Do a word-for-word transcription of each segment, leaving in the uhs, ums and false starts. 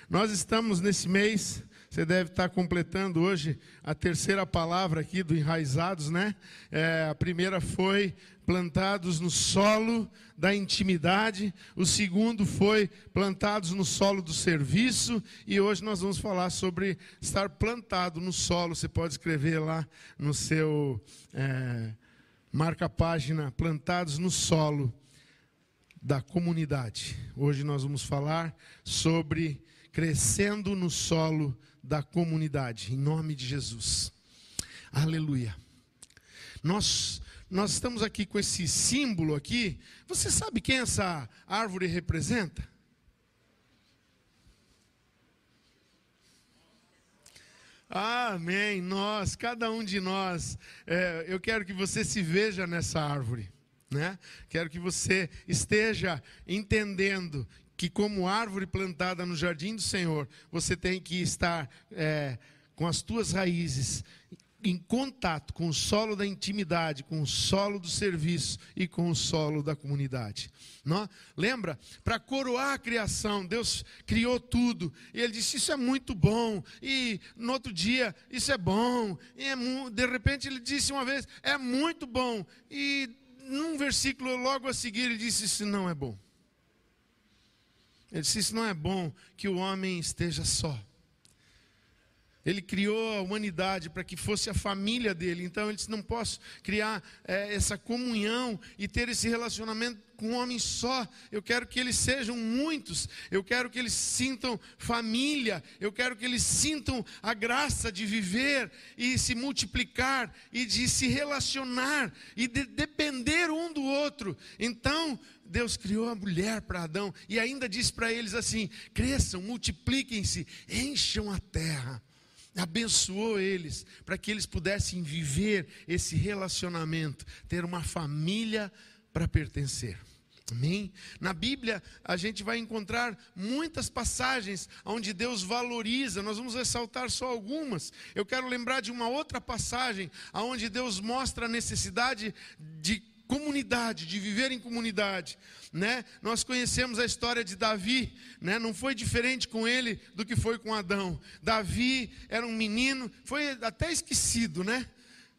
Nós estamos nesse mês, você deve estar completando hoje a terceira palavra aqui do Enraizados, né? É, a primeira foi plantados no solo da intimidade, o segundo foi plantados no solo do serviço, e hoje nós vamos falar sobre estar plantado no solo. Você pode escrever lá no seu é, marca-página, plantados no solo da comunidade. Hoje nós vamos falar sobre crescendo no solo da comunidade, em nome de Jesus. Aleluia. Nós, nós estamos aqui com esse símbolo aqui. Você sabe quem essa árvore representa? Amém. Nós, cada um de nós. É, eu quero que você se veja nessa árvore, né? Quero que você esteja entendendo que como árvore plantada no jardim do Senhor, você tem que estar é, com as tuas raízes em contato com o solo da intimidade, com o solo do serviço e com o solo da comunidade. Não? Lembra? Para coroar a criação, Deus criou tudo. E Ele disse, isso é muito bom. E no outro dia, isso é bom. E é mu- de repente Ele disse uma vez, é muito bom. E num versículo logo a seguir Ele disse, isso não é bom. Ele disse, isso não é bom que o homem esteja só. Ele criou a humanidade para que fosse a família dele. Então ele disse, não posso criar é, essa comunhão e ter esse relacionamento com um homem só. Eu quero que eles sejam muitos. Eu quero que eles sintam família. Eu quero que eles sintam a graça de viver e se multiplicar e de se relacionar e de depender um do outro. Então Deus criou a mulher para Adão e ainda disse para eles assim, cresçam, multipliquem-se, encham a terra. Abençoou eles para que eles pudessem viver esse relacionamento, ter uma família para pertencer. Amém? Na Bíblia a gente vai encontrar muitas passagens onde Deus valoriza. Nós vamos ressaltar só algumas. Eu quero lembrar de uma outra passagem onde Deus mostra a necessidade de comunidade, de viver em comunidade, né? Nós conhecemos a história de Davi, né? Não foi diferente com ele do que foi com Adão. Davi era um menino, foi até esquecido, né?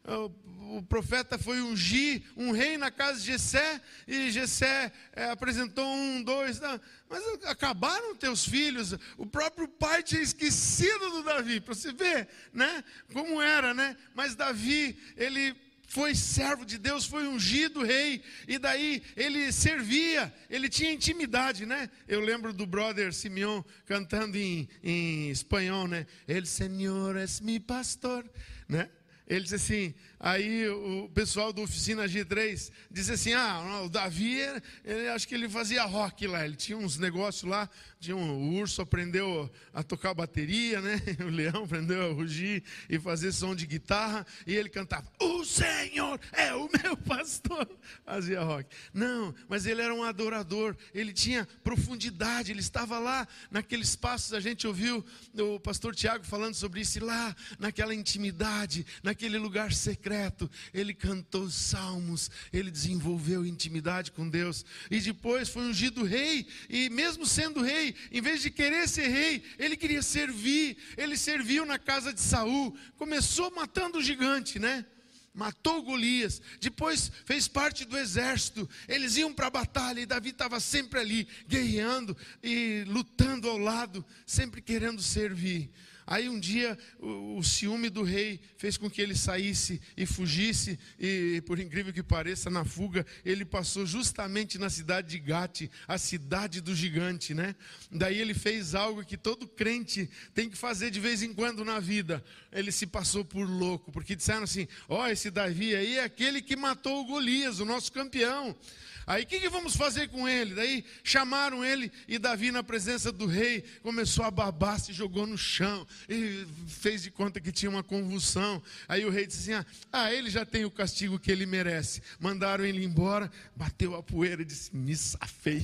O, o profeta foi ungir um rei na casa de Jessé, e Jessé é, apresentou um, dois, não, mas acabaram teus filhos. O próprio pai tinha esquecido do Davi, para você ver, né? Como era, né? Mas Davi, ele foi servo de Deus, foi ungido rei, e daí ele servia, ele tinha intimidade, né? Eu lembro do brother Simeão cantando em, em espanhol, né? El Señor es mi pastor, né? Ele disse assim, aí o pessoal do Oficina G três disse assim, ah, o Davi, ele, acho que ele fazia rock lá, ele tinha uns negócios lá, tinha um, o urso aprendeu a tocar bateria, né? O leão aprendeu a rugir e fazer som de guitarra, e ele cantava, o Senhor é o meu pastor, fazia rock. Não, mas ele era um adorador, ele tinha profundidade, ele estava lá naqueles passos, a gente ouviu o pastor Tiago falando sobre isso, lá naquela intimidade, naquele Aquele lugar secreto, ele cantou salmos, ele desenvolveu intimidade com Deus, e depois foi ungido rei, e mesmo sendo rei, em vez de querer ser rei, ele queria servir, ele serviu na casa de Saul, começou matando o gigante, né? Matou Golias, depois fez parte do exército, eles iam para a batalha, e Davi estava sempre ali, guerreando e lutando ao lado, sempre querendo servir. Aí um dia o, o ciúme do rei fez com que ele saísse e fugisse, e por incrível que pareça, na fuga ele passou justamente na cidade de Gate, a cidade do gigante, né? Daí ele fez algo que todo crente tem que fazer de vez em quando na vida. Ele se passou por louco, porque disseram assim, ó, oh, esse Davi aí é aquele que matou o Golias, o nosso campeão. Aí o que, que vamos fazer com ele? Daí chamaram ele, e Davi, na presença do rei, começou a babar, se jogou no chão e fez de conta que tinha uma convulsão. Aí o rei disse assim, ah, ele já tem o castigo que ele merece. Mandaram ele embora, bateu a poeira e disse, me safei.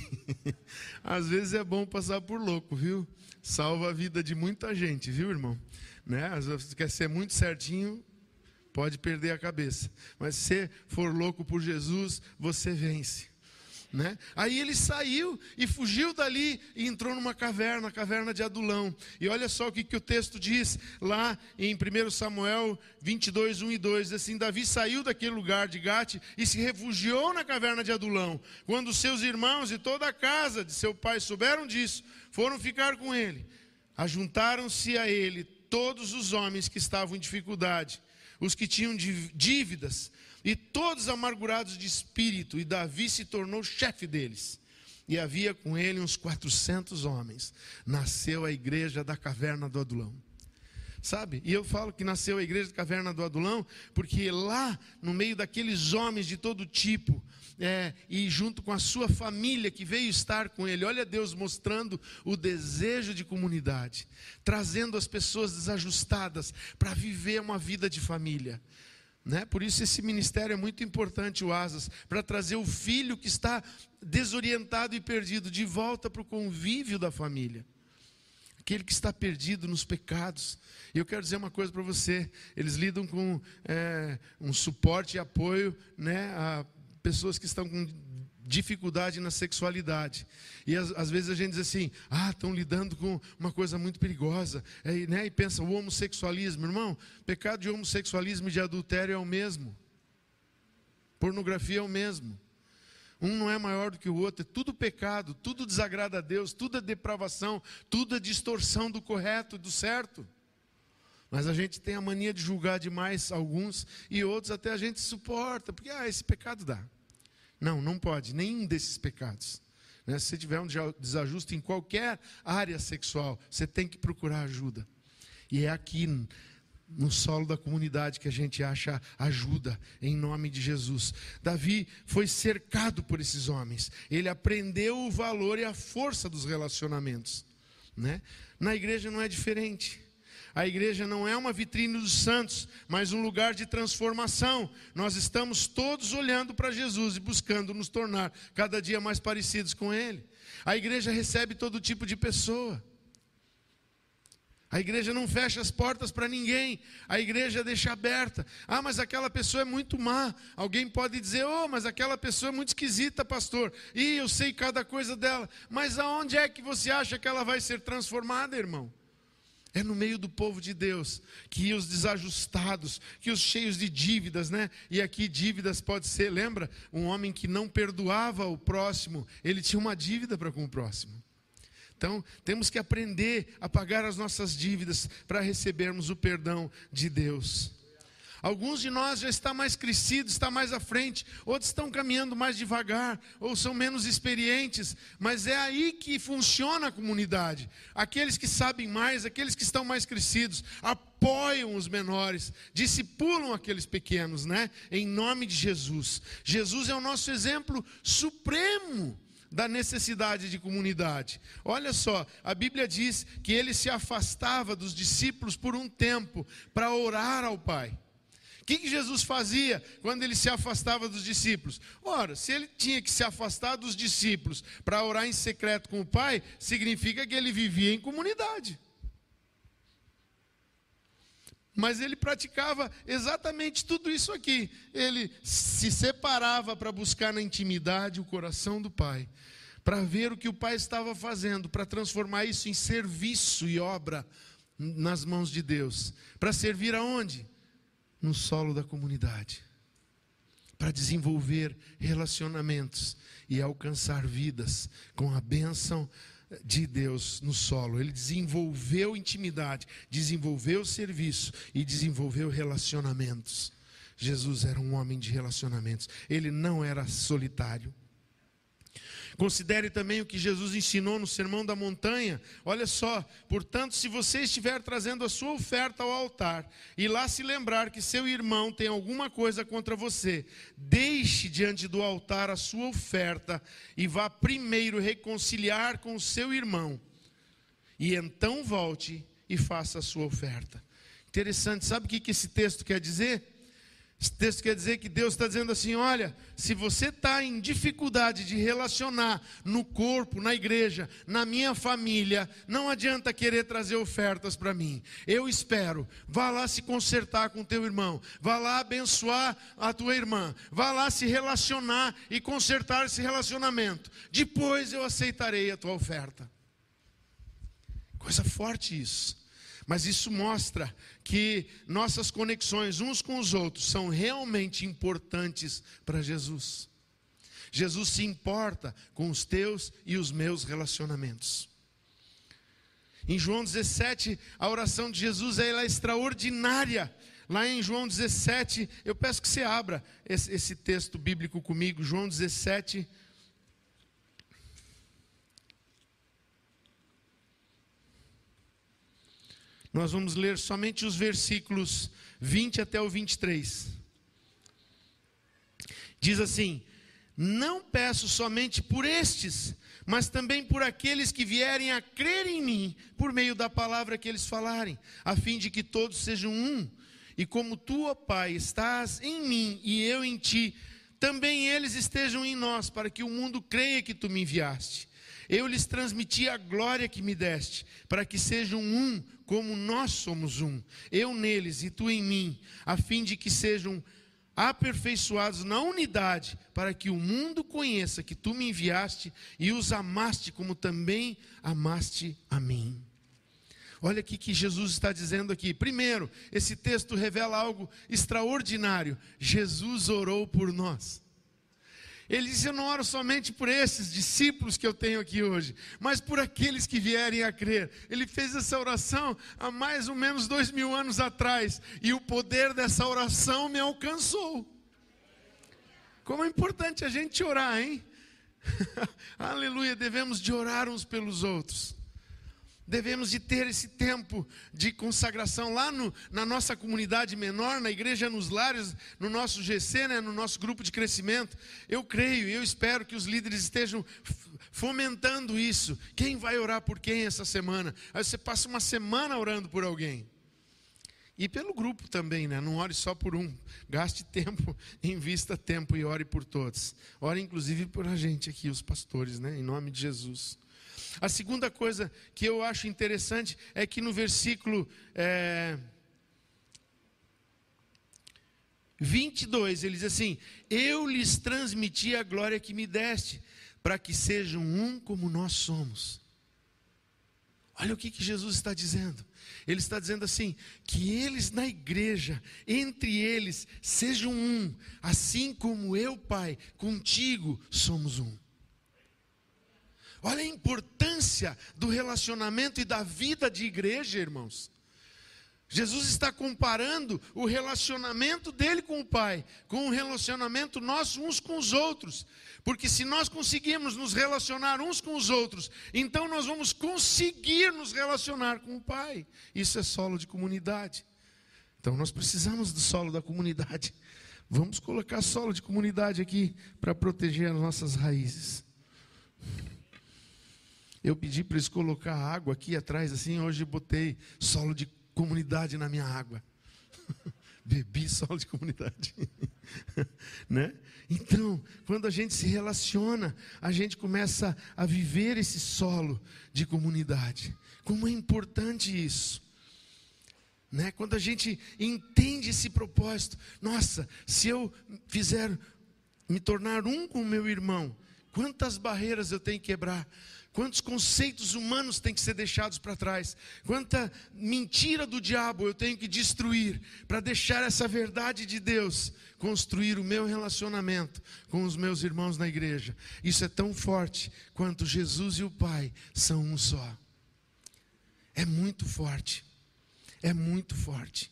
Às vezes é bom passar por louco, viu? Salva a vida de muita gente, viu, irmão? Né? Às vezes quer ser muito certinho, pode perder a cabeça. Mas se for louco por Jesus, você vence. Né? Aí ele saiu e fugiu dali e entrou numa caverna, a caverna de Adulão. E olha só o que, que o texto diz lá em primeiro Samuel vinte e dois, um e dois. Assim, Davi saiu daquele lugar de Gate e se refugiou na caverna de Adulão. Quando seus irmãos e toda a casa de seu pai souberam disso, foram ficar com ele. Ajuntaram-se a ele todos os homens que estavam em dificuldade, os que tinham dívidas, e todos amargurados de espírito, e Davi se tornou chefe deles. E havia com ele uns quatrocentos homens. Nasceu a igreja da caverna do Adulão. Sabe? E eu falo que nasceu a igreja da caverna do Adulão, porque lá, no meio daqueles homens de todo tipo, é, e junto com a sua família que veio estar com ele, olha Deus mostrando o desejo de comunidade, trazendo as pessoas desajustadas para viver uma vida de família. Né? Por isso esse ministério é muito importante, o Asas, para trazer o filho que está desorientado e perdido de volta para o convívio da família. Aquele que está perdido nos pecados. E eu quero dizer uma coisa para você, eles lidam com é, um suporte e apoio, né, a pessoas que estão com dificuldade na sexualidade. E às, às vezes a gente diz assim, ah, estão lidando com uma coisa muito perigosa, é, né? E pensa, o homossexualismo, irmão, pecado de homossexualismo e de adultério é o mesmo, pornografia é o mesmo, um não é maior do que o outro, é tudo pecado, tudo desagrada a Deus, tudo é depravação, tudo é distorção do correto, do certo. Mas a gente tem a mania de julgar demais alguns, e outros até a gente suporta, porque ah, esse pecado dá. Não, não pode, nenhum desses pecados. Né? Se você tiver um desajuste em qualquer área sexual, você tem que procurar ajuda. E é aqui, no solo da comunidade, que a gente acha ajuda, em nome de Jesus. Davi foi cercado por esses homens. Ele aprendeu o valor e a força dos relacionamentos. Né? Na igreja não é diferente. A igreja não é uma vitrine dos santos, mas um lugar de transformação. Nós estamos todos olhando para Jesus e buscando nos tornar cada dia mais parecidos com Ele. A igreja recebe todo tipo de pessoa. A igreja não fecha as portas para ninguém. A igreja deixa aberta. Ah, mas aquela pessoa é muito má. Alguém pode dizer, oh, mas aquela pessoa é muito esquisita, pastor. E eu sei cada coisa dela. Mas aonde é que você acha que ela vai ser transformada, irmão? É no meio do povo de Deus, que os desajustados, que os cheios de dívidas, né? E aqui dívidas pode ser, lembra? Um homem que não perdoava o próximo, ele tinha uma dívida para com o próximo. Então, temos que aprender a pagar as nossas dívidas para recebermos o perdão de Deus. Alguns de nós já estão mais crescidos, estão mais à frente, outros estão caminhando mais devagar, ou são menos experientes, mas é aí que funciona a comunidade. Aqueles que sabem mais, aqueles que estão mais crescidos, apoiam os menores, discipulam aqueles pequenos, né? Em nome de Jesus. Jesus é o nosso exemplo supremo da necessidade de comunidade. Olha só, a Bíblia diz que ele se afastava dos discípulos por um tempo, para orar ao Pai. O que, que Jesus fazia quando ele se afastava dos discípulos? Ora, se ele tinha que se afastar dos discípulos para orar em secreto com o Pai, significa que ele vivia em comunidade. Mas ele praticava exatamente tudo isso aqui. Ele se separava para buscar na intimidade o coração do Pai, para ver o que o Pai estava fazendo, para transformar isso em serviço e obra nas mãos de Deus. Para servir aonde? No solo da comunidade, para desenvolver relacionamentos e alcançar vidas com a bênção de Deus no solo. Ele desenvolveu intimidade, desenvolveu serviço e desenvolveu relacionamentos. Jesus era um homem de relacionamentos, ele não era solitário. Considere também o que Jesus ensinou no Sermão da Montanha. Olha só, portanto, se você estiver trazendo a sua oferta ao altar, e lá se lembrar que seu irmão tem alguma coisa contra você, deixe diante do altar a sua oferta, e vá primeiro reconciliar com o seu irmão, e então volte e faça a sua oferta. Interessante, sabe o que esse texto quer dizer? Esse texto quer dizer que Deus está dizendo assim: olha, se você está em dificuldade de relacionar no corpo, na igreja, na minha família, não adianta querer trazer ofertas para mim. Eu espero. Vá lá se consertar com teu irmão. Vá lá abençoar a tua irmã. Vá lá se relacionar e consertar esse relacionamento. Depois eu aceitarei a tua oferta. Coisa forte isso. Mas isso mostra que nossas conexões uns com os outros são realmente importantes para Jesus. Jesus se importa com os teus e os meus relacionamentos. Em João dezessete, a oração de Jesus ela é extraordinária. Lá em João dezessete, eu peço que você abra esse, esse texto bíblico comigo, João dezessete. Nós vamos ler somente os versículos vinte até o vinte e três. Diz assim: não peço somente por estes, mas também por aqueles que vierem a crer em mim, por meio da palavra que eles falarem, a fim de que todos sejam um. E como tu, ó Pai, estás em mim e eu em ti, também eles estejam em nós, para que o mundo creia que tu me enviaste. Eu lhes transmiti a glória que me deste, para que sejam um, como nós somos um. Eu neles e tu em mim, a fim de que sejam aperfeiçoados na unidade, para que o mundo conheça que tu me enviaste e os amaste como também amaste a mim. Olha aqui que Jesus está dizendo aqui. Primeiro, esse texto revela algo extraordinário. Jesus orou por nós. Ele disse: eu não oro somente por esses discípulos que eu tenho aqui hoje, mas por aqueles que vierem a crer. Ele fez essa oração há mais ou menos dois mil anos atrás, e o poder dessa oração me alcançou. Como é importante a gente orar, hein? Aleluia, devemos de orar uns pelos outros. Devemos de ter esse tempo de consagração lá no, na nossa comunidade menor, na igreja nos lares, no nosso G C, né, no nosso grupo de crescimento. Eu creio e eu espero que os líderes estejam fomentando isso. Quem vai orar por quem essa semana? Aí você passa uma semana orando por alguém. E pelo grupo também, né? Não ore só por um. Gaste tempo, invista tempo e ore por todos. Ore inclusive por a gente aqui, os pastores, né? Em nome de Jesus. A segunda coisa que eu acho interessante é que no versículo é, vinte e dois, ele diz assim: eu lhes transmiti a glória que me deste, para que sejam um como nós somos. Olha o que, que Jesus está dizendo. Ele está dizendo assim, que eles na igreja, entre eles, sejam um, assim como eu, Pai, contigo somos um. Olha a importância do relacionamento e da vida de igreja, irmãos. Jesus está comparando o relacionamento dele com o Pai, com o relacionamento nosso uns com os outros. Porque se nós conseguirmos nos relacionar uns com os outros, então nós vamos conseguir nos relacionar com o Pai. Isso é solo de comunidade. Então nós precisamos do solo da comunidade. Vamos colocar solo de comunidade aqui para proteger as nossas raízes. Eu pedi para eles colocar água aqui atrás, assim, hoje eu botei solo de comunidade na minha água. Bebi solo de comunidade. Né? Então, quando a gente se relaciona, a gente começa a viver esse solo de comunidade. Como é importante isso. Né? Quando a gente entende esse propósito, nossa, se eu fizer me tornar um com o meu irmão, quantas barreiras eu tenho que quebrar. Quantos conceitos humanos têm que ser deixados para trás. Quanta mentira do diabo eu tenho que destruir para deixar essa verdade de Deus construir o meu relacionamento com os meus irmãos na igreja. Isso é tão forte quanto Jesus e o Pai são um só. É muito forte. É muito forte.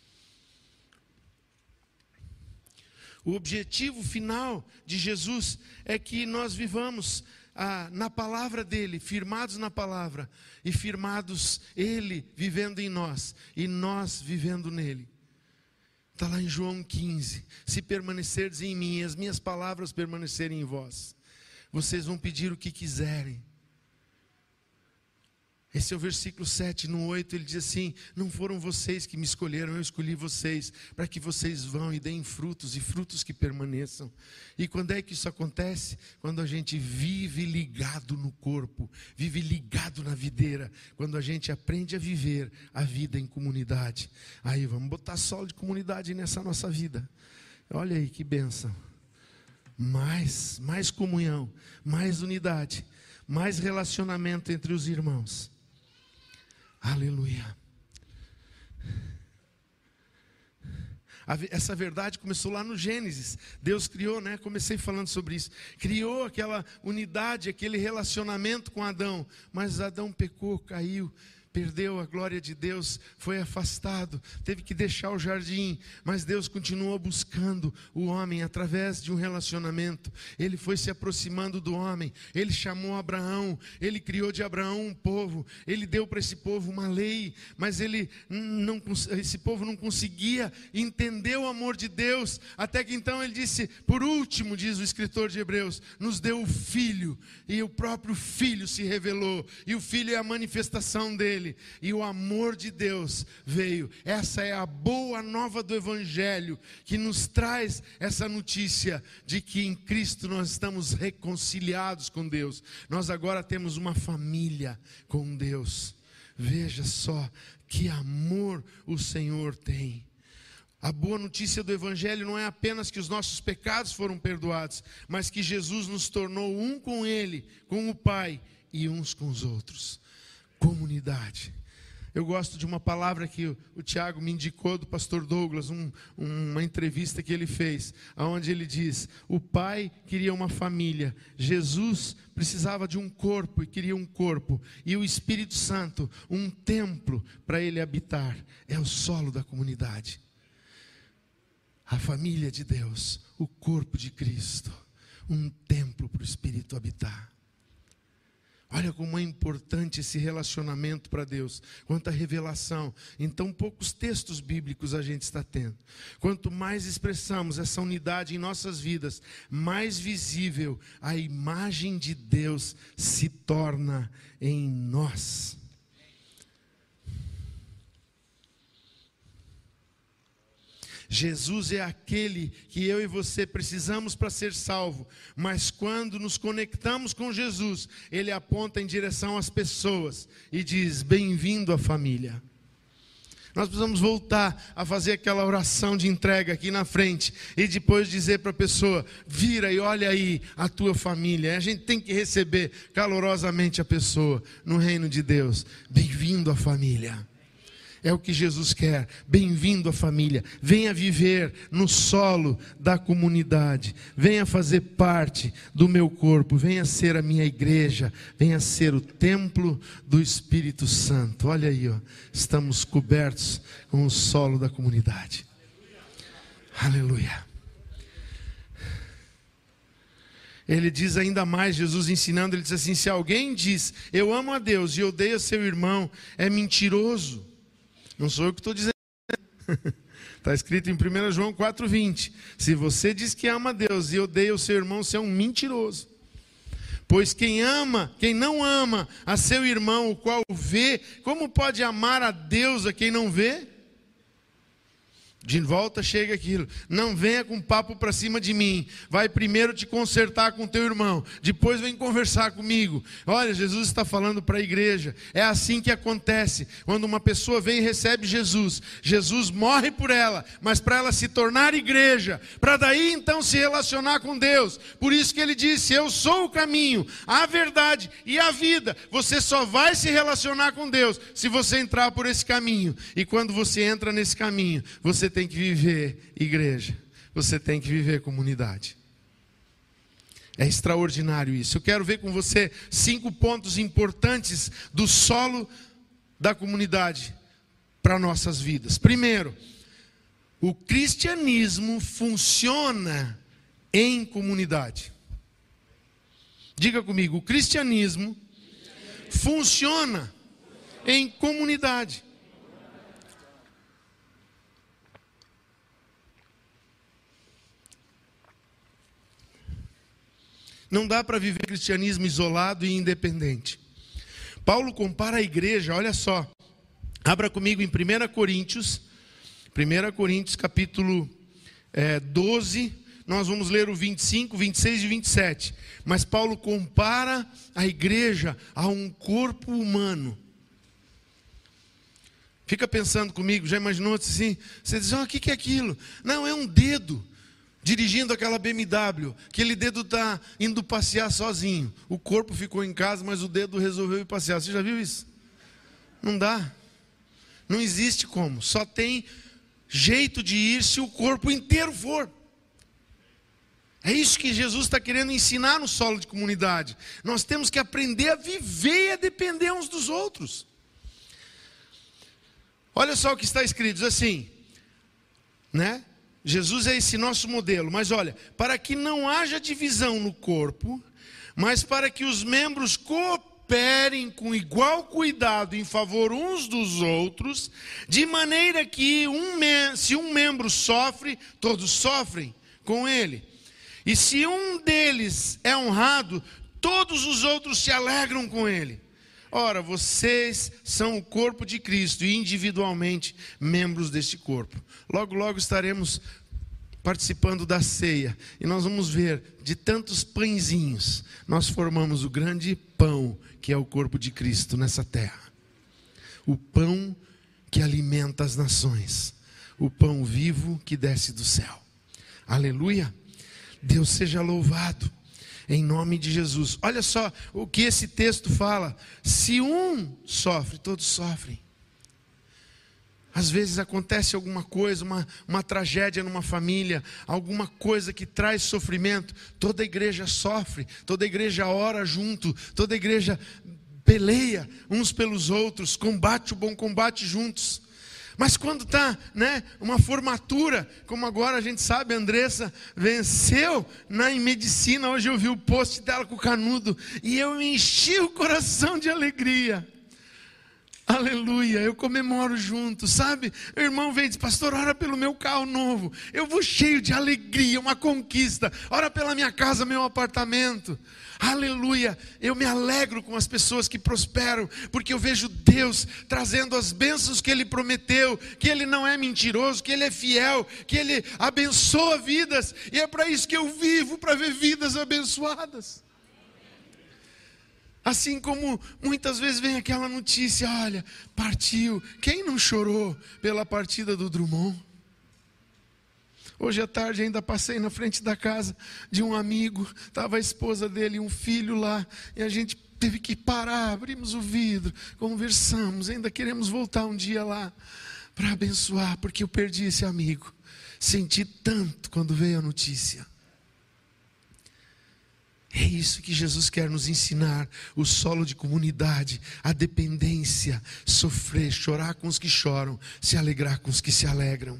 O objetivo final de Jesus é que nós vivamos Ah, na palavra dele, firmados na palavra, e firmados ele vivendo em nós, e nós vivendo nele. Está lá em João quinze, se permanecerdes em mim, e as minhas palavras permanecerem em vós, vocês vão pedir o que quiserem. Esse é o versículo sete, no oito ele diz assim: não foram vocês que me escolheram, eu escolhi vocês, para que vocês vão e deem frutos, e frutos que permaneçam. E quando é que isso acontece? Quando a gente vive ligado no corpo, vive ligado na videira, quando a gente aprende a viver a vida em comunidade. Aí vamos botar solo de comunidade nessa nossa vida. Olha aí que bênção. Mais, mais comunhão, mais unidade, mais relacionamento entre os irmãos. Aleluia. Essa verdade começou lá no Gênesis. Deus criou, né? Comecei falando sobre isso. Criou aquela unidade, aquele relacionamento com Adão. Mas Adão pecou, caiu, perdeu a glória de Deus, foi afastado, teve que deixar o jardim, mas Deus continuou buscando o homem através de um relacionamento. Ele foi se aproximando do homem, ele chamou Abraão, ele criou de Abraão um povo, ele deu para esse povo uma lei, mas ele não, esse povo não conseguia entender o amor de Deus, até que então ele disse, por último, diz o escritor de Hebreus, nos deu o Filho, e o próprio Filho se revelou, e o Filho é a manifestação dele. E o amor de Deus veio. Essa é a boa nova do Evangelho, que nos traz essa notícia de que em Cristo nós estamos reconciliados com Deus. Nós agora temos uma família com Deus. Veja só que amor o Senhor tem. A boa notícia do Evangelho não é apenas que os nossos pecados foram perdoados, mas que Jesus nos tornou um com Ele, com o Pai e uns com os outros. Comunidade. Eu gosto de uma palavra que o, o Tiago me indicou do pastor Douglas, um, uma entrevista que ele fez, onde ele diz, o pai queria uma família, Jesus precisava de um corpo e queria um corpo, e o Espírito Santo, um templo para ele habitar, é o solo da comunidade. A família de Deus, o corpo de Cristo, um templo para o Espírito habitar. Olha como é importante esse relacionamento para Deus, quanta revelação. Em tão poucos textos bíblicos a gente está tendo. Quanto mais expressamos essa unidade em nossas vidas, mais visível a imagem de Deus se torna em nós. Jesus é aquele que eu e você precisamos para ser salvo, mas quando nos conectamos com Jesus, Ele aponta em direção às pessoas e diz, bem-vindo à família. Nós precisamos voltar a fazer aquela oração de entrega aqui na frente e depois dizer para a pessoa, vira e olha aí a tua família. A gente tem que receber calorosamente a pessoa no reino de Deus. Bem-vindo à família. É o que Jesus quer. Bem-vindo à família. Venha viver no solo da comunidade. Venha fazer parte do meu corpo. Venha ser a minha igreja. Venha ser o templo do Espírito Santo. Olha aí, ó. Estamos cobertos com o solo da comunidade. Aleluia. Ele diz ainda mais, Jesus ensinando, ele diz assim, se alguém diz, eu amo a Deus e odeio seu irmão, é mentiroso. Não sou eu que estou dizendo. Está escrito em primeiro João quatro, vinte. Se você diz que ama a Deus e odeia o seu irmão, você é um mentiroso. Pois quem ama, quem não ama a seu irmão, o qual vê, como pode amar a Deus a quem não vê? De volta chega aquilo, não venha com papo para cima de mim, vai primeiro te consertar com teu irmão, depois vem conversar comigo. Olha, Jesus está falando para a igreja, é assim que acontece, quando uma pessoa vem e recebe Jesus, Jesus morre por ela, mas para ela se tornar igreja, para daí então se relacionar com Deus, por isso que ele disse, eu sou o caminho, a verdade e a vida, você só vai se relacionar com Deus, se você entrar por esse caminho, e quando você entra nesse caminho, você tem que viver igreja, você tem que viver comunidade. É extraordinário isso. Eu quero ver com você cinco pontos importantes do solo da comunidade para nossas vidas. Primeiro, o cristianismo funciona em comunidade. Diga comigo, o cristianismo funciona em comunidade. Não dá para viver cristianismo isolado e independente. Paulo compara a igreja, olha só. Abra comigo em primeira Coríntios, primeira Coríntios capítulo é, doze, nós vamos ler o vinte e cinco, vinte e seis e vinte e sete. Mas Paulo compara a igreja a um corpo humano. Fica pensando comigo, já imaginou assim? Você diz, oh, o que é aquilo? Não, é um dedo dirigindo aquela B M W. Aquele dedo está indo passear sozinho. O corpo ficou em casa, mas o dedo resolveu ir passear. Você já viu isso? Não dá. Não existe como. Só tem jeito de ir se o corpo inteiro for. É isso que Jesus está querendo ensinar no solo de comunidade. Nós temos que aprender a viver e a depender uns dos outros. Olha só o que está escrito, diz assim, né? Jesus é esse nosso modelo, mas olha, para que não haja divisão no corpo, mas para que os membros cooperem com igual cuidado em favor uns dos outros, de maneira que um me- se um membro sofre, todos sofrem com ele. E se um deles é honrado, todos os outros se alegram com ele. Ora, vocês são o corpo de Cristo e individualmente membros deste corpo. Logo, logo estaremos participando da ceia. E nós vamos ver, de tantos pãezinhos, nós formamos o grande pão que é o corpo de Cristo nessa terra. O pão que alimenta as nações. O pão vivo que desce do céu. Aleluia! Deus seja louvado. Em nome de Jesus. Olha só o que esse texto fala. Se um sofre, todos sofrem. Às vezes acontece alguma coisa, uma, uma tragédia numa família, alguma coisa que traz sofrimento. Toda a igreja sofre, toda a igreja ora junto, toda a igreja peleia uns pelos outros, combate o bom combate juntos. Mas quando está, né, uma formatura, como agora a gente sabe, a Andressa venceu na, em medicina. Hoje eu vi o post dela com o canudo e eu me enchi o coração de alegria. Aleluia, eu comemoro junto, sabe? O irmão vem e diz, pastor, ora pelo meu carro novo. Eu vou cheio de alegria, uma conquista. Ora pela minha casa, meu apartamento. Aleluia, eu me alegro com as pessoas que prosperam, porque eu vejo Deus trazendo as bênçãos que Ele prometeu, que Ele não é mentiroso, que Ele é fiel, que Ele abençoa vidas. E é para isso que eu vivo, para ver vidas abençoadas. Assim como muitas vezes vem aquela notícia, olha, partiu. Quem não chorou pela partida do Drummond? Hoje à tarde ainda passei na frente da casa de um amigo, estava a esposa dele e um filho lá, e a gente teve que parar, abrimos o vidro, conversamos, ainda queremos voltar um dia lá para abençoar, porque eu perdi esse amigo. Senti tanto quando veio a notícia. É isso que Jesus quer nos ensinar, o solo de comunidade, a dependência, sofrer, chorar com os que choram, se alegrar com os que se alegram.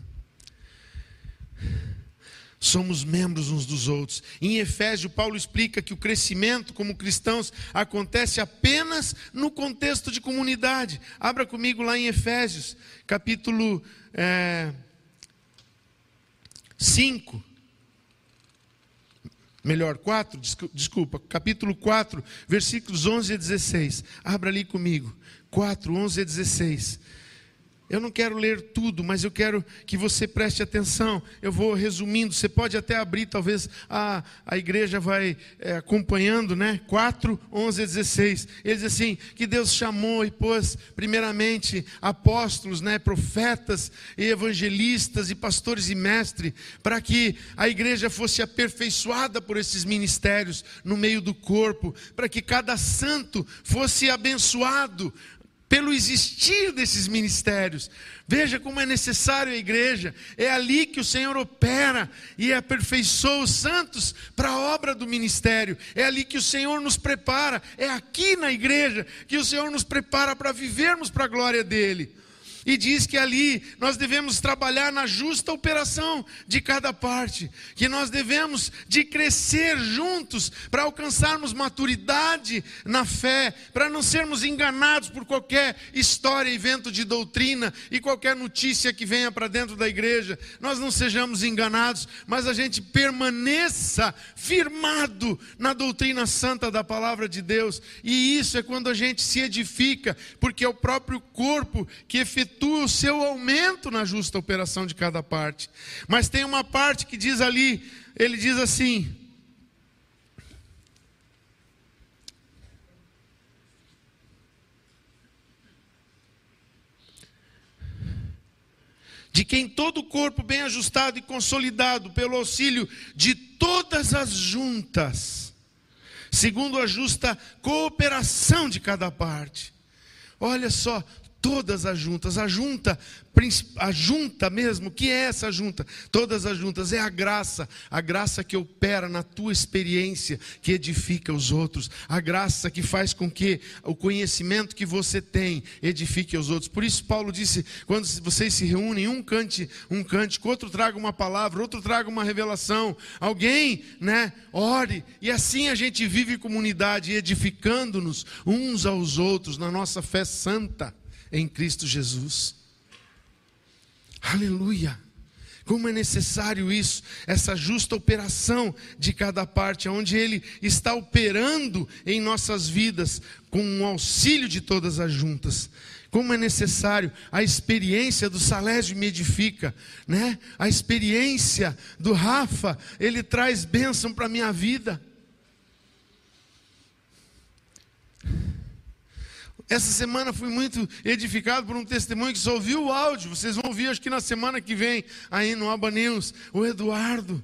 Somos membros uns dos outros. Em Efésios, Paulo explica que o crescimento como cristãos acontece apenas no contexto de comunidade. Abra comigo lá em Efésios, capítulo é, cinco. Melhor, quatro, desculpa, capítulo quatro, versículos onze a dezesseis. Abra ali comigo, quatro, onze a dezesseis. Eu não quero ler tudo, mas eu quero que você preste atenção. Eu vou resumindo, você pode até abrir, talvez a, a igreja vai é, acompanhando, né? quatro, onze a dezesseis. Ele diz assim, que Deus chamou e pôs primeiramente apóstolos, né? Profetas e evangelistas e pastores e mestres, para que a igreja fosse aperfeiçoada por esses ministérios no meio do corpo, para que cada santo fosse abençoado pelo existir desses ministérios. Veja como é necessário a igreja. É ali que o Senhor opera e aperfeiçoa os santos para a obra do ministério. É ali que o Senhor nos prepara. É aqui na igreja que o Senhor nos prepara para vivermos para a glória dEle. E diz que ali nós devemos trabalhar na justa operação de cada parte, que nós devemos de crescer juntos para alcançarmos maturidade na fé, para não sermos enganados por qualquer história e vento de doutrina e qualquer notícia que venha para dentro da igreja. Nós não sejamos enganados, mas a gente permaneça firmado na doutrina santa da palavra de Deus. E isso é quando a gente se edifica, porque é o próprio corpo que efetua o seu aumento na justa operação de cada parte. Mas tem uma parte que diz ali, ele diz assim: de quem todo o corpo bem ajustado e consolidado pelo auxílio de todas as juntas, segundo a justa cooperação de cada parte. Olha só, todas as juntas, a junta, a junta mesmo, o que é essa junta? Todas as juntas, é a graça, a graça que opera na tua experiência, que edifica os outros, a graça que faz com que o conhecimento que você tem edifique os outros. Por isso Paulo disse, quando vocês se reúnem, um cante um cântico, outro traga uma palavra, outro traga uma revelação, alguém, né, ore, e assim a gente vive em comunidade, edificando-nos uns aos outros, na nossa fé santa, em Cristo Jesus. Aleluia! Como é necessário isso, essa justa operação de cada parte, onde Ele está operando em nossas vidas, com o auxílio de todas as juntas. Como é necessário, a experiência do Salésio me edifica, né? A experiência do Rafa, ele traz bênção para a minha vida. Essa semana fui muito edificado por um testemunho que só ouviu o áudio. Vocês vão ouvir, acho que na semana que vem, aí no Aba News, o Eduardo.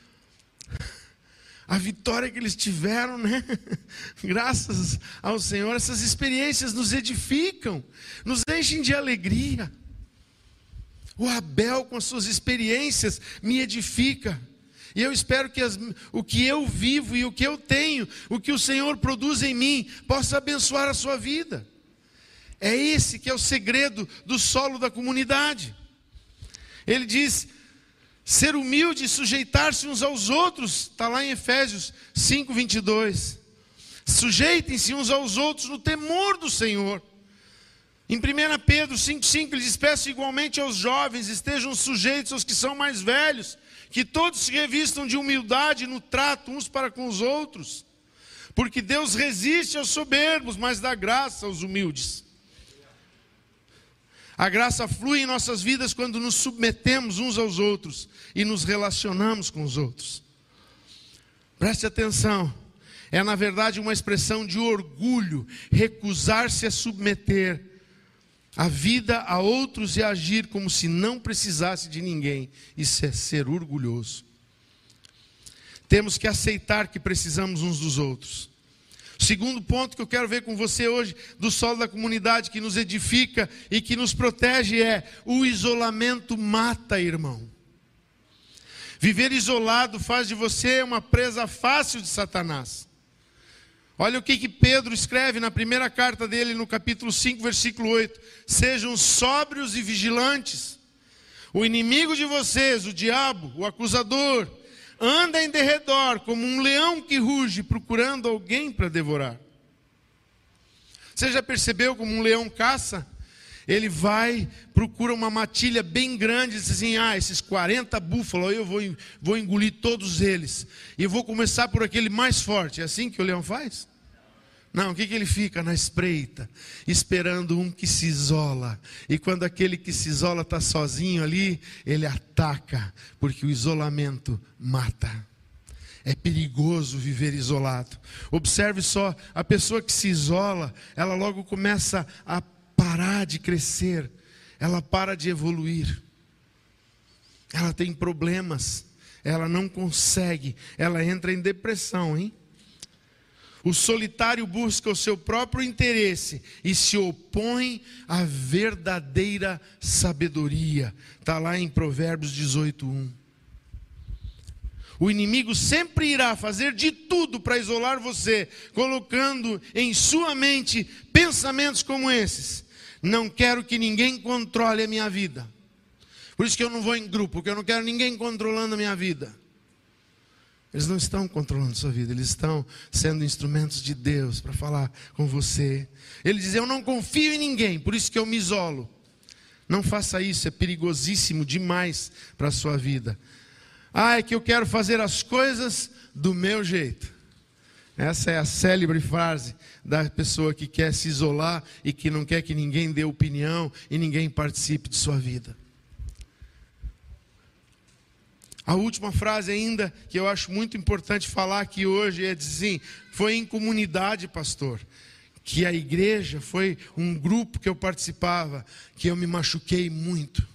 A vitória que eles tiveram, né? Graças ao Senhor, essas experiências nos edificam, nos enchem de alegria. O Abel, com as suas experiências, me edifica. E eu espero que as, o que eu vivo e o que eu tenho, o que o Senhor produz em mim, possa abençoar a sua vida. É esse que é o segredo do solo da comunidade. Ele diz, ser humilde e sujeitar-se uns aos outros, está lá em Efésios cinco, vinte e dois. Sujeitem-se uns aos outros no temor do Senhor. Em primeira Pedro cinco, cinco, ele diz, peço igualmente aos jovens, estejam sujeitos aos que são mais velhos, que todos se revistam de humildade no trato uns para com os outros, porque Deus resiste aos soberbos, mas dá graça aos humildes. A graça flui em nossas vidas quando nos submetemos uns aos outros e nos relacionamos com os outros. Preste atenção, é na verdade uma expressão de orgulho, recusar-se a submeter a vida a outros e agir como se não precisasse de ninguém. Isso é ser orgulhoso. Temos que aceitar que precisamos uns dos outros. O segundo ponto que eu quero ver com você hoje, do solo da comunidade que nos edifica e que nos protege, é o isolamento mata, irmão. Viver isolado faz de você uma presa fácil de Satanás. Olha o que, que Pedro escreve na primeira carta dele, no capítulo cinco, versículo oito. Sejam sóbrios e vigilantes. O inimigo de vocês, o diabo, o acusador, anda em derredor como um leão que ruge, procurando alguém para devorar. Você já percebeu como um leão caça? Ele vai, procura uma matilha bem grande e diz assim, ah, esses quarenta búfalos, eu vou, vou engolir todos eles. E vou começar por aquele mais forte. É assim que o leão faz? Não, o que, que ele fica? Na espreita, esperando um que se isola. E quando aquele que se isola está sozinho ali, ele ataca, porque o isolamento mata. É perigoso viver isolado. Observe só, a pessoa que se isola, ela logo começa a parar de crescer, ela para de evoluir, ela tem problemas, ela não consegue, ela entra em depressão, hein? O solitário busca o seu próprio interesse e se opõe à verdadeira sabedoria. Está lá em Provérbios dezoito, um. O inimigo sempre irá fazer de tudo para isolar você, colocando em sua mente pensamentos como esses. Não quero que ninguém controle a minha vida. Por isso que eu não vou em grupo, porque eu não quero ninguém controlando a minha vida. Eles não estão controlando a sua vida, eles estão sendo instrumentos de Deus para falar com você. Ele diz, eu não confio em ninguém, por isso que eu me isolo. Não faça isso, é perigosíssimo demais para a sua vida. Ah, é que eu quero fazer as coisas do meu jeito. Essa é a célebre frase da pessoa que quer se isolar e que não quer que ninguém dê opinião e ninguém participe de sua vida. A última frase ainda, que eu acho muito importante falar aqui hoje, é dizer assim, foi em comunidade, pastor, que a igreja foi um grupo que eu participava, que eu me machuquei muito.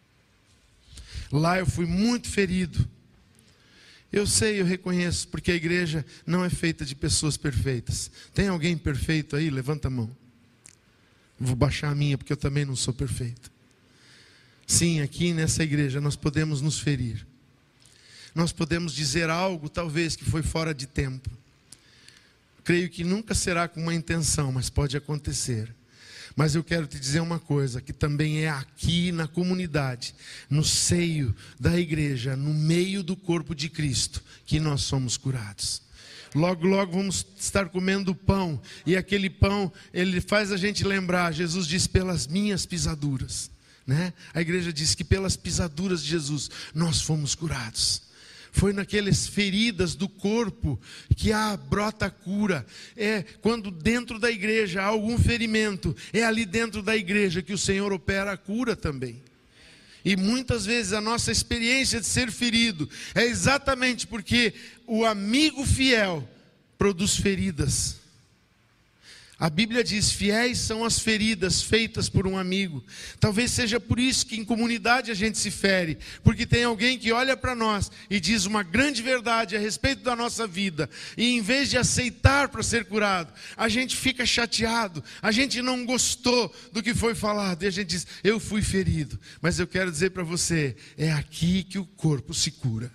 Lá eu fui muito ferido. Eu sei, eu reconheço, porque a igreja não é feita de pessoas perfeitas. Tem alguém perfeito aí? Levanta a mão. Vou baixar a minha, porque eu também não sou perfeito. Sim, aqui nessa igreja nós podemos nos ferir. Nós podemos dizer algo, talvez, que foi fora de tempo. Creio que nunca será com uma intenção, mas pode acontecer. Mas eu quero te dizer uma coisa, que também é aqui na comunidade, no seio da igreja, no meio do corpo de Cristo, que nós somos curados. Logo, logo vamos estar comendo pão, e aquele pão, ele faz a gente lembrar, Jesus disse, pelas minhas pisaduras, né? A igreja diz que pelas pisaduras de Jesus, nós fomos curados. Foi naquelas feridas do corpo que há brota a cura. É quando dentro da igreja há algum ferimento, é ali dentro da igreja que o Senhor opera a cura também. E muitas vezes a nossa experiência de ser ferido é exatamente porque o amigo fiel produz feridas. A Bíblia diz, fiéis são as feridas feitas por um amigo. Talvez seja por isso que em comunidade a gente se fere. Porque tem alguém que olha para nós e diz uma grande verdade a respeito da nossa vida. E em vez de aceitar para ser curado, a gente fica chateado. A gente não gostou do que foi falado. E a gente diz, eu fui ferido. Mas eu quero dizer para você, é aqui que o corpo se cura.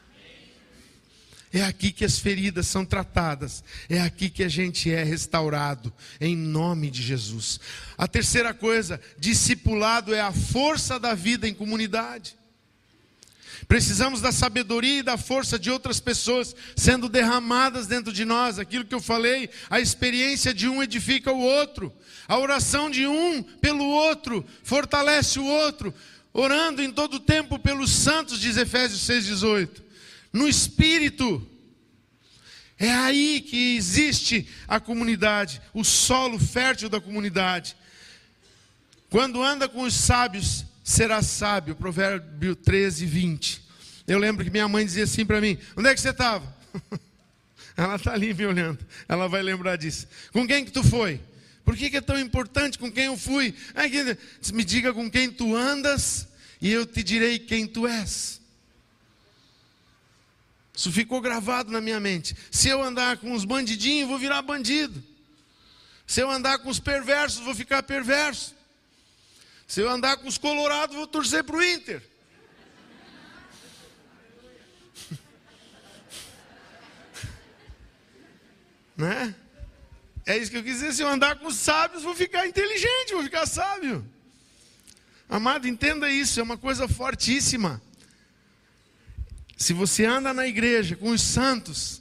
É aqui que as feridas são tratadas. É aqui que a gente é restaurado. Em nome de Jesus. A terceira coisa, discipulado é a força da vida em comunidade. Precisamos da sabedoria e da força de outras pessoas sendo derramadas dentro de nós. Aquilo que eu falei, a experiência de um edifica o outro. A oração de um pelo outro fortalece o outro. Orando em todo o tempo pelos santos, diz Efésios seis, dezoito. No Espírito, é aí que existe a comunidade, o solo fértil da comunidade. Quando anda com os sábios, será sábio, Provérbio treze, vinte. Eu lembro que minha mãe dizia assim para mim, onde é que você estava? Ela está ali me olhando, ela vai lembrar disso. Com quem que tu foi? Por que que é tão importante com quem eu fui? Me diga com quem tu andas e eu te direi quem tu és. Isso ficou gravado na minha mente. Se eu andar com os bandidinhos, vou virar bandido. Se eu andar com os perversos, vou ficar perverso. Se eu andar com os colorados, vou torcer para o Inter. Né? É isso que eu quis dizer. Se eu andar com os sábios, vou ficar inteligente, vou ficar sábio. Amado, entenda isso, é uma coisa fortíssima. Se você anda na igreja com os santos,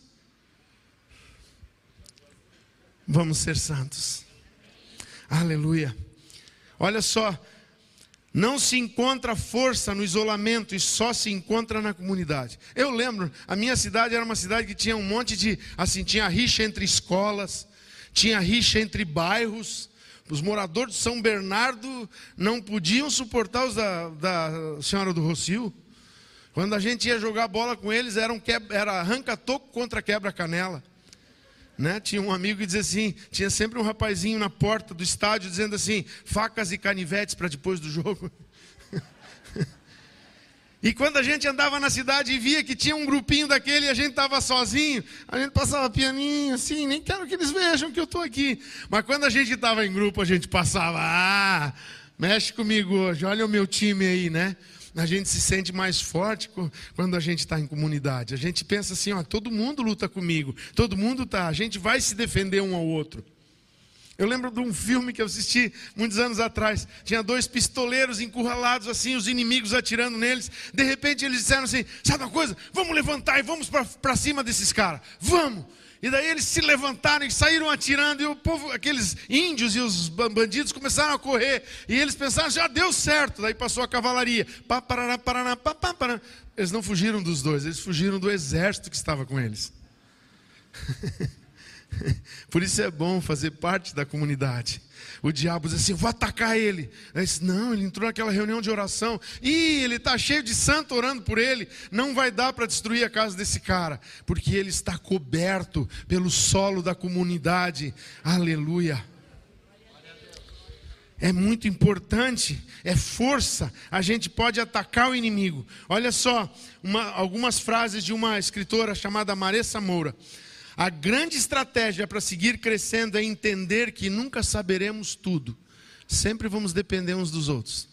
vamos ser santos. Aleluia. Olha só, não se encontra força no isolamento e só se encontra na comunidade. Eu lembro, a minha cidade era uma cidade que tinha um monte de, assim, tinha rixa entre escolas, tinha rixa entre bairros. Os moradores de São Bernardo não podiam suportar os da, da Senhora do Rocio. Quando a gente ia jogar bola com eles, era, um quebra, era arranca-toco contra quebra-canela. Né? Tinha um amigo que dizia assim, tinha sempre um rapazinho na porta do estádio dizendo assim, facas e canivetes para depois do jogo. E quando a gente andava na cidade e via que tinha um grupinho daquele e a gente estava sozinho, a gente passava pianinho assim, nem quero que eles vejam que eu estou aqui. Mas quando a gente estava em grupo, a gente passava, ah, mexe comigo hoje, olha o meu time aí, né? A gente se sente mais forte quando a gente está em comunidade. A gente pensa assim, ó, todo mundo luta comigo, todo mundo está, a gente vai se defender um ao outro. Eu lembro de um filme que eu assisti muitos anos atrás. Tinha dois pistoleiros encurralados assim, os inimigos atirando neles. De repente eles disseram assim, sabe uma coisa? Vamos levantar e vamos para cima desses caras. Vamos! E daí eles se levantaram e saíram atirando. E o povo, aqueles índios e os bandidos começaram a correr. E eles pensaram, já deu certo. Daí passou a cavalaria. Pá, parará, paraná, pá, pá, paraná. Eles não fugiram dos dois, eles fugiram do exército que estava com eles. Por isso é bom fazer parte da comunidade. O diabo diz assim, vou atacar ele. Aí diz, não, ele entrou naquela reunião de oração. Ih, ele está cheio de santo orando por ele. Não vai dar para destruir a casa desse cara. Porque ele está coberto pelo solo da comunidade. Aleluia. É muito importante, é força. A gente pode atacar o inimigo. Olha só, uma, algumas frases de uma escritora chamada Maressa Moura. A grande estratégia para seguir crescendo é entender que nunca saberemos tudo. Sempre vamos depender uns dos outros.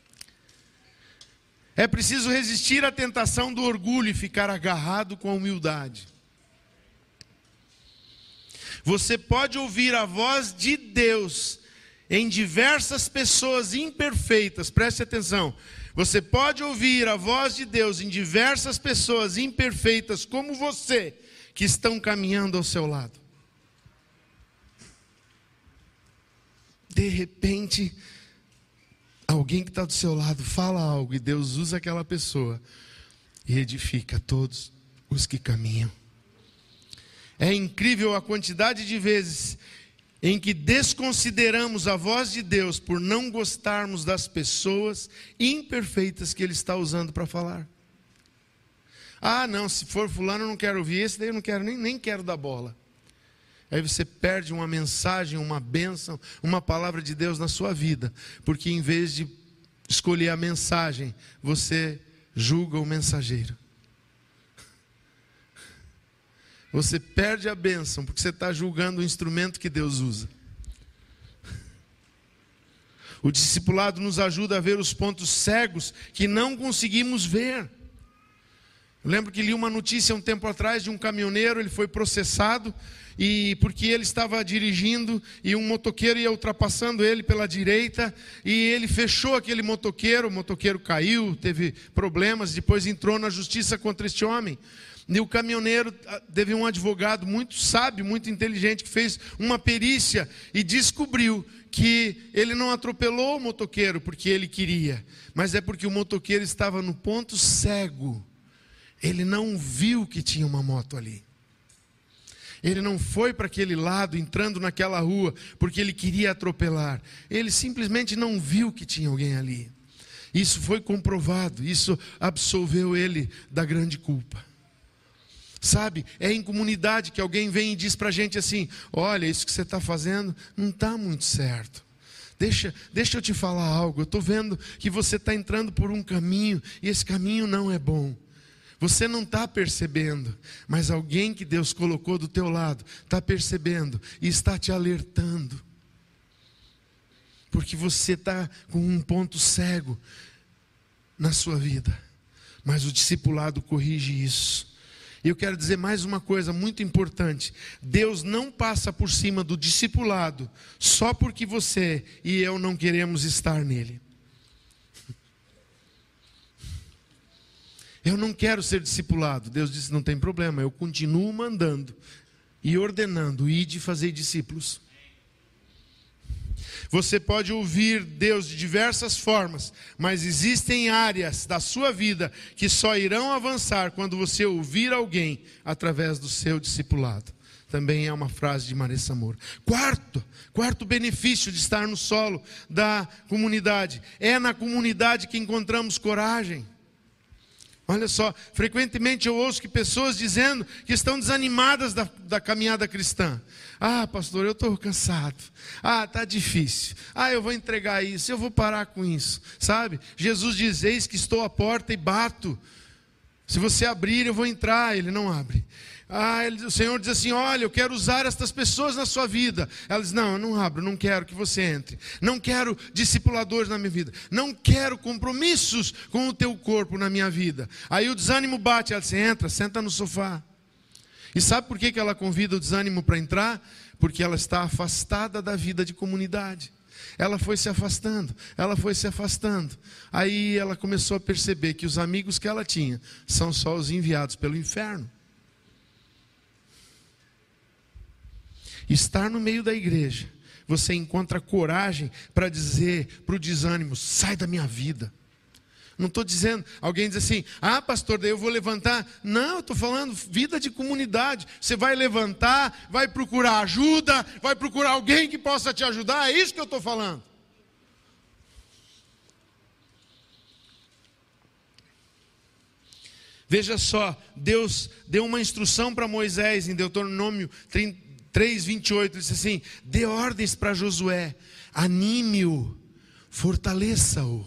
É preciso resistir à tentação do orgulho e ficar agarrado com a humildade. Você pode ouvir a voz de Deus em diversas pessoas imperfeitas. Preste atenção. Você pode ouvir a voz de Deus em diversas pessoas imperfeitas como você, que estão caminhando ao seu lado. De repente, alguém que está do seu lado fala algo e Deus usa aquela pessoa e edifica todos os que caminham. É incrível a quantidade de vezes em que desconsideramos a voz de Deus por não gostarmos das pessoas imperfeitas que Ele está usando para falar. Ah, não, se for fulano eu não quero ouvir, esse daí eu não quero, nem, nem quero dar bola. Aí você perde uma mensagem, uma bênção, uma palavra de Deus na sua vida. Porque em vez de escolher a mensagem, você julga o mensageiro. Você perde a bênção, porque você está julgando o instrumento que Deus usa. O discipulado nos ajuda a ver os pontos cegos que não conseguimos ver. Eu lembro que li uma notícia um tempo atrás de um caminhoneiro, ele foi processado, e porque ele estava dirigindo e um motoqueiro ia ultrapassando ele pela direita, e ele fechou aquele motoqueiro, o motoqueiro caiu, teve problemas, depois entrou na justiça contra este homem. E o caminhoneiro teve um advogado muito sábio, muito inteligente, que fez uma perícia e descobriu que ele não atropelou o motoqueiro porque ele queria, mas é porque o motoqueiro estava no ponto cego. Ele não viu que tinha uma moto ali. Ele não foi para aquele lado, entrando naquela rua, porque ele queria atropelar. Ele simplesmente não viu que tinha alguém ali. Isso foi comprovado, isso absolveu ele da grande culpa. Sabe, é em comunidade que alguém vem e diz para a gente assim, olha, isso que você está fazendo não está muito certo. Deixa, deixa eu te falar algo, eu estou vendo que você está entrando por um caminho, e esse caminho não é bom. Você não está percebendo, mas alguém que Deus colocou do teu lado está percebendo e está te alertando. Porque você está com um ponto cego na sua vida. Mas o discipulado corrige isso. E eu quero dizer mais uma coisa muito importante. Deus não passa por cima do discipulado só porque você e eu não queremos estar nele. Eu não quero ser discipulado. Deus disse, não tem problema, eu continuo mandando e ordenando, ide fazer discípulos. Você pode ouvir Deus de diversas formas, mas existem áreas da sua vida que só irão avançar quando você ouvir alguém através do seu discipulado. Também é uma frase de Maressa Moura. Quarto, quarto benefício de estar no solo da comunidade. É na comunidade que encontramos coragem. Olha só, frequentemente eu ouço que pessoas dizendo que estão desanimadas da, da caminhada cristã. Ah, pastor, eu estou cansado. Ah, está difícil. Ah, eu vou entregar isso, eu vou parar com isso. Sabe? Jesus diz, eis que estou à porta e bato. Se você abrir, eu vou entrar. Ele não abre. Ah, ele, o Senhor diz assim, olha, eu quero usar estas pessoas na sua vida. Ela diz, não, eu não abro, não quero que você entre. Não quero discipuladores na minha vida. Não quero compromissos com o teu corpo na minha vida. Aí o desânimo bate, ela diz, entra, senta no sofá. E sabe por que ela convida o desânimo para entrar? Porque ela está afastada da vida de comunidade. Ela foi se afastando, ela foi se afastando. Aí ela começou a perceber que os amigos que ela tinha são só os enviados pelo inferno. Estar no meio da igreja, você encontra coragem para dizer para o desânimo: sai da minha vida. Não estou dizendo, alguém diz assim: ah, pastor, daí eu vou levantar. Não, eu estou falando vida de comunidade. Você vai levantar, vai procurar ajuda, vai procurar alguém que possa te ajudar. É isso que eu estou falando. Veja só, Deus deu uma instrução para Moisés em Deuteronômio três, vinte e oito. Ele disse assim: dê ordens para Josué, anime-o, fortaleça-o.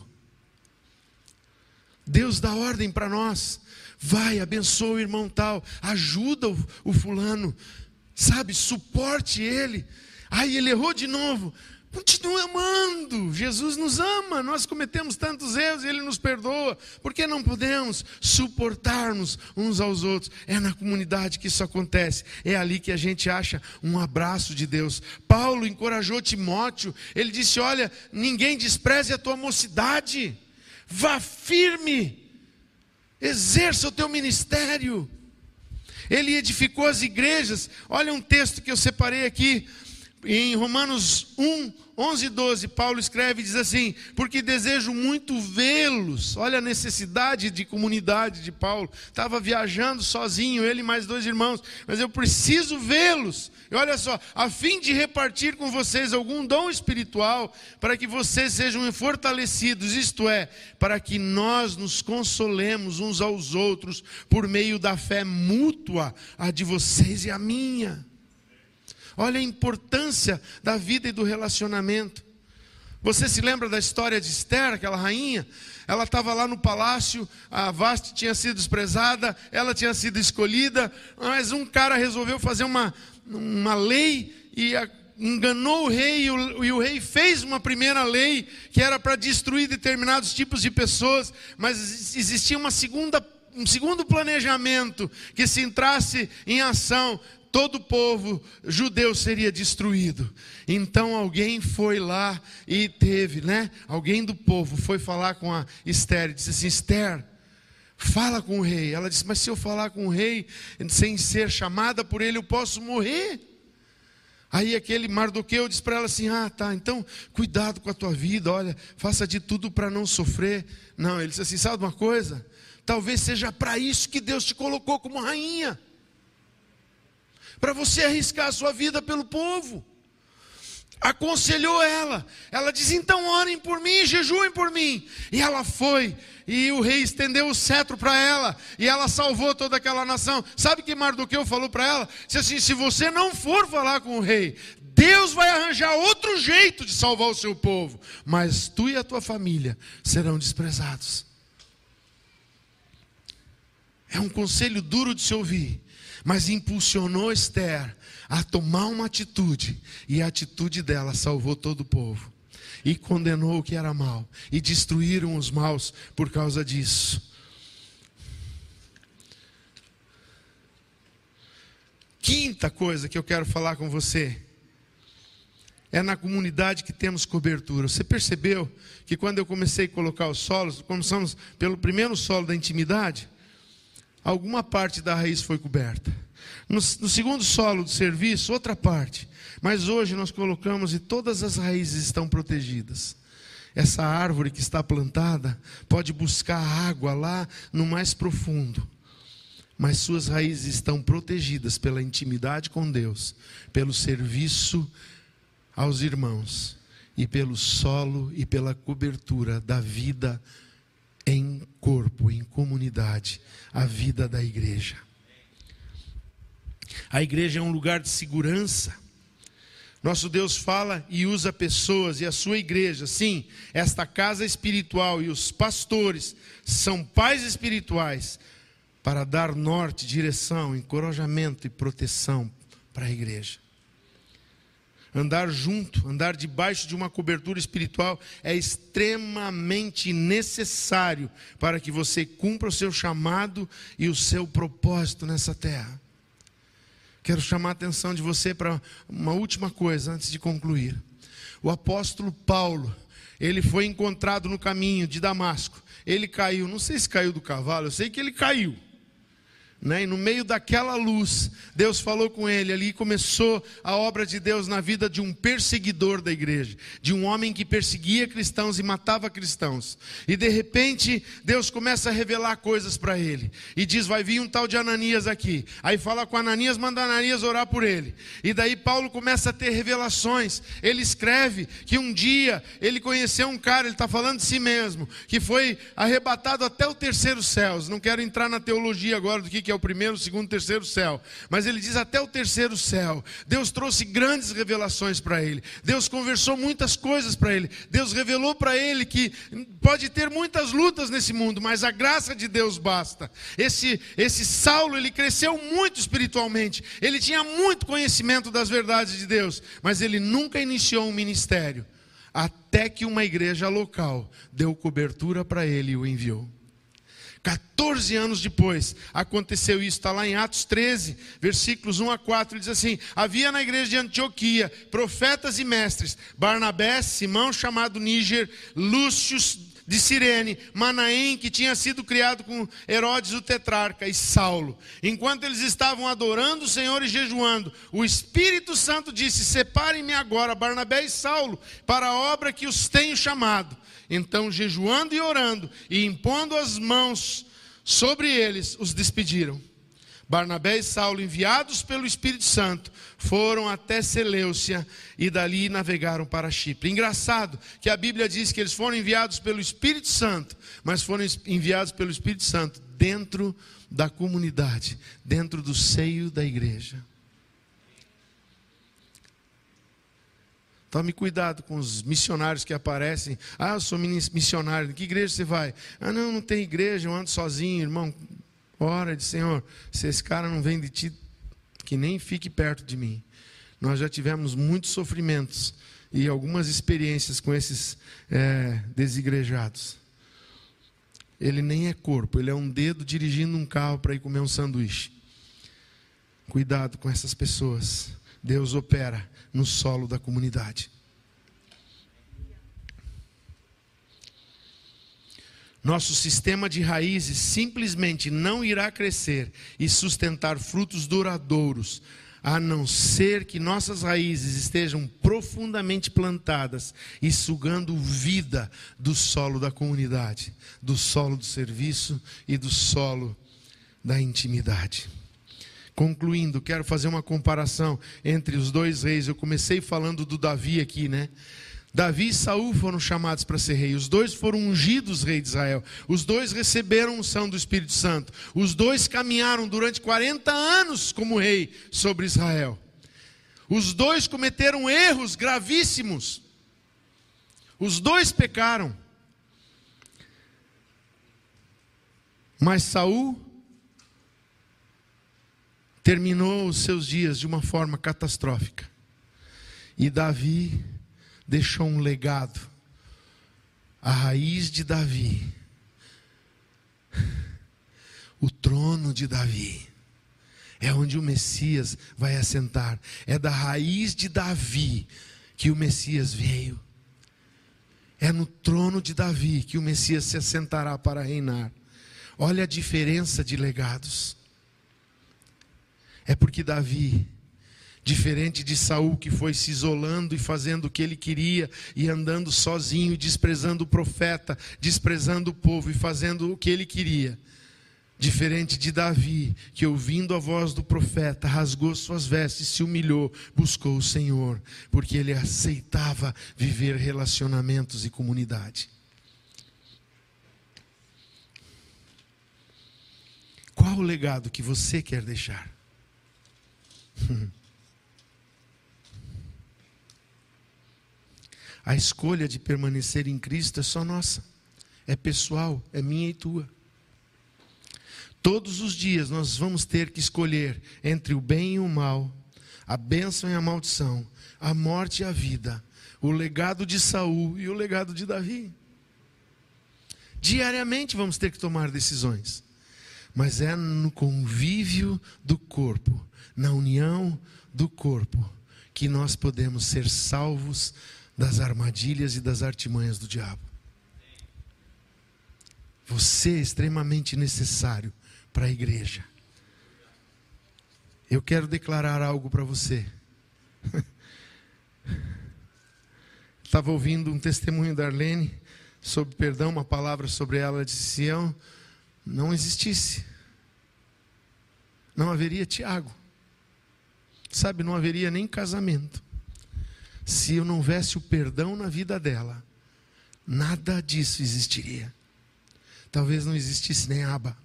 Deus dá ordem para nós: vai, abençoa o irmão tal, ajuda o, o fulano, sabe, suporte ele. Aí ele errou de novo, continue amando. Jesus nos ama, nós cometemos tantos erros e Ele nos perdoa. Por que não podemos suportar-nos uns aos outros? É na comunidade que isso acontece, é ali que a gente acha um abraço de Deus. Paulo encorajou Timóteo, ele disse: olha, ninguém despreze a tua mocidade, vá firme, exerça o teu ministério. Ele edificou as igrejas. Olha um texto que eu separei aqui, em Romanos um, onze e doze, Paulo escreve e diz assim: porque desejo muito vê-los. Olha a necessidade de comunidade de Paulo. Estava viajando sozinho, ele e mais dois irmãos, mas eu preciso vê-los. E olha só, a fim de repartir com vocês algum dom espiritual, para que vocês sejam fortalecidos, isto é, para que nós nos consolemos uns aos outros, por meio da fé mútua, a de vocês e a minha. Olha a importância da vida e do relacionamento. Você se lembra da história de Esther, aquela rainha? Ela estava lá no palácio, a Vasti tinha sido desprezada, ela tinha sido escolhida, mas um cara resolveu fazer uma, uma lei e a, enganou o rei, e o, e o rei fez uma primeira lei que era para destruir determinados tipos de pessoas, mas existia uma segunda, um segundo planejamento, que se entrasse em ação, todo o povo judeu seria destruído. Então alguém foi lá e teve, né? Alguém do povo foi falar com a Esther e disse assim: Esther, fala com o rei. Ela disse: mas se eu falar com o rei, sem ser chamada por ele, eu posso morrer. Aí aquele Mardoqueu disse para ela assim: ah, tá, então cuidado com a tua vida, olha, faça de tudo para não sofrer. Não, ele disse assim: sabe uma coisa? Talvez seja para isso que Deus te colocou como rainha, para você arriscar a sua vida pelo povo. Aconselhou ela. Ela diz: então orem por mim, jejuem por mim. E ela foi, e o rei estendeu o cetro para ela, e ela salvou toda aquela nação. Sabe o que Mardoqueu falou para ela? Disse assim: se você não for falar com o rei, Deus vai arranjar outro jeito de salvar o seu povo, mas tu e a tua família serão desprezados. É um conselho duro de se ouvir, mas impulsionou Esther a tomar uma atitude, e a atitude dela salvou todo o povo, e condenou o que era mal, e destruíram os maus por causa disso. Quinta coisa que eu quero falar com você, é na comunidade que temos cobertura. Você percebeu que quando eu comecei a colocar os solos, começamos pelo primeiro solo da intimidade, alguma parte da raiz foi coberta. No, no segundo solo do serviço, outra parte. Mas hoje nós colocamos e todas as raízes estão protegidas. Essa árvore que está plantada pode buscar água lá no mais profundo, mas suas raízes estão protegidas pela intimidade com Deus, pelo serviço aos irmãos e pelo solo e pela cobertura da vida em corpo, em comunidade, a vida da igreja. A igreja é um lugar de segurança. Nosso Deus fala e usa pessoas e a sua igreja. Sim, esta casa espiritual e os pastores são pais espirituais para dar norte, direção, encorajamento e proteção para a igreja. Andar junto, andar debaixo de uma cobertura espiritual é extremamente necessário para que você cumpra o seu chamado e o seu propósito nessa terra. Quero chamar a atenção de você para uma última coisa antes de concluir. O apóstolo Paulo, ele foi encontrado no caminho de Damasco. Ele caiu, não sei se caiu do cavalo, eu sei que ele caiu. Né? E no meio daquela luz, Deus falou com ele ali, e começou a obra de Deus na vida de um perseguidor da igreja, de um homem que perseguia cristãos e matava cristãos. E de repente, Deus começa a revelar coisas para ele, e diz, vai vir um tal de Ananias aqui. Aí fala com Ananias, manda Ananias orar por ele. E daí Paulo começa a ter revelações. Ele escreve que um dia ele conheceu um cara, ele está falando de si mesmo, que foi arrebatado até o terceiro céu. Não quero entrar na teologia agora do que que é o primeiro, o segundo, o terceiro céu, mas ele diz até o terceiro céu. Deus trouxe grandes revelações para ele, Deus conversou muitas coisas para ele, Deus revelou para ele que pode ter muitas lutas nesse mundo, mas a graça de Deus basta. Esse, esse Saulo, ele cresceu muito espiritualmente, ele tinha muito conhecimento das verdades de Deus, mas ele nunca iniciou um ministério, até que uma igreja local deu cobertura para ele e o enviou. quatorze anos depois, aconteceu isso, está lá em Atos treze, versículos um a quatro, ele diz assim, havia na igreja de Antioquia, profetas e mestres, Barnabé, Simão chamado Níger, Lúcio de Cirene, Manaém, que tinha sido criado com Herodes o tetrarca, e Saulo. Enquanto eles estavam adorando o Senhor e jejuando, o Espírito Santo disse, separem-me agora, Barnabé e Saulo, para a obra que os tenho chamado. Então, jejuando e orando, e impondo as mãos sobre eles, os despediram. Barnabé e Saulo, enviados pelo Espírito Santo, foram até Seleucia e dali navegaram para Chipre. Engraçado que a Bíblia diz que eles foram enviados pelo Espírito Santo, mas foram enviados pelo Espírito Santo dentro da comunidade, dentro do seio da igreja. Tome cuidado com os missionários que aparecem. Ah, eu sou missionário. De que igreja você vai? Ah, não, não tem igreja, eu ando sozinho, irmão. Ora, de Senhor, se esse cara não vem de ti, que nem fique perto de mim. Nós já tivemos muitos sofrimentos e algumas experiências com esses é, desigrejados. Ele nem é corpo, ele é um dedo dirigindo um carro para ir comer um sanduíche. Cuidado com essas pessoas. Deus opera no solo da comunidade. Nosso sistema de raízes simplesmente não irá crescer e sustentar frutos duradouros, a não ser que nossas raízes estejam profundamente plantadas e sugando vida do solo da comunidade, do solo do serviço e do solo da intimidade. Concluindo, quero fazer uma comparação entre os dois reis. Eu comecei falando do Davi aqui, né? Davi e Saul foram chamados para ser rei. Os dois foram ungidos rei de Israel. Os dois receberam unção do Espírito Santo. Os dois caminharam durante quarenta anos como rei sobre Israel. Os dois cometeram erros gravíssimos. Os dois pecaram. Mas Saul terminou os seus dias de uma forma catastrófica. E Davi deixou um legado. A raiz de Davi, o trono de Davi, é onde o Messias vai assentar. É da raiz de Davi que o Messias veio. É no trono de Davi que o Messias se assentará para reinar. Olha a diferença de legados. É porque Davi, diferente de Saul, que foi se isolando e fazendo o que ele queria, e andando sozinho, desprezando o profeta, desprezando o povo e fazendo o que ele queria. Diferente de Davi, que ouvindo a voz do profeta, rasgou suas vestes, se humilhou, buscou o Senhor, porque ele aceitava viver relacionamentos e comunidade. Qual o legado que você quer deixar? A escolha de permanecer em Cristo é só nossa, é pessoal, é minha e tua. Todos os dias nós vamos ter que escolher entre o bem e o mal, a bênção e a maldição, a morte e a vida, o legado de Saul e o legado de Davi. Diariamente vamos ter que tomar decisões. mas é no convívio do corpo, na união do corpo, que nós podemos ser salvos das armadilhas e das artimanhas do diabo. Você é extremamente necessário para a igreja. Eu quero declarar algo para você. Estava ouvindo um testemunho da Arlene sobre perdão, uma palavra sobre ela. Ela disse: se eu não existisse, não haveria Tiago. Sabe, não haveria nem casamento. Se eu não houvesse o perdão na vida dela, nada disso existiria. Talvez não existisse nem aba.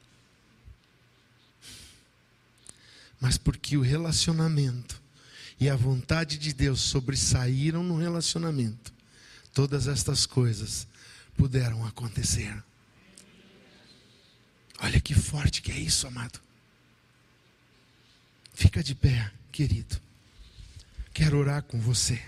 Mas porque o relacionamento e a vontade de Deus sobressaíram no relacionamento, todas estas coisas puderam acontecer. Olha que forte que é isso, amado. Fica de pé, querido. Quero orar com você.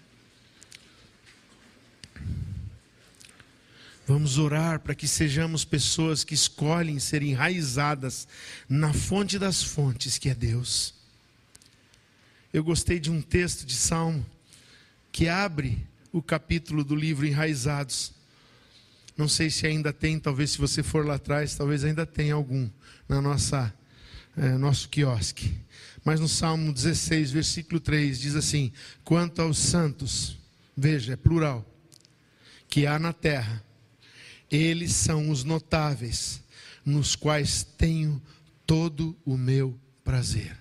Vamos orar para que sejamos pessoas que escolhem ser enraizadas na fonte das fontes, que é Deus. Eu gostei de um texto de Salmo que abre o capítulo do livro Enraizados. Não sei se ainda tem, talvez se você for lá atrás, talvez ainda tenha algum na nossa, é, nosso quiosque. Mas no Salmo dezesseis, versículo três, diz assim: quanto aos santos, veja, é plural, que há na terra, eles são os notáveis, nos quais tenho todo o meu prazer.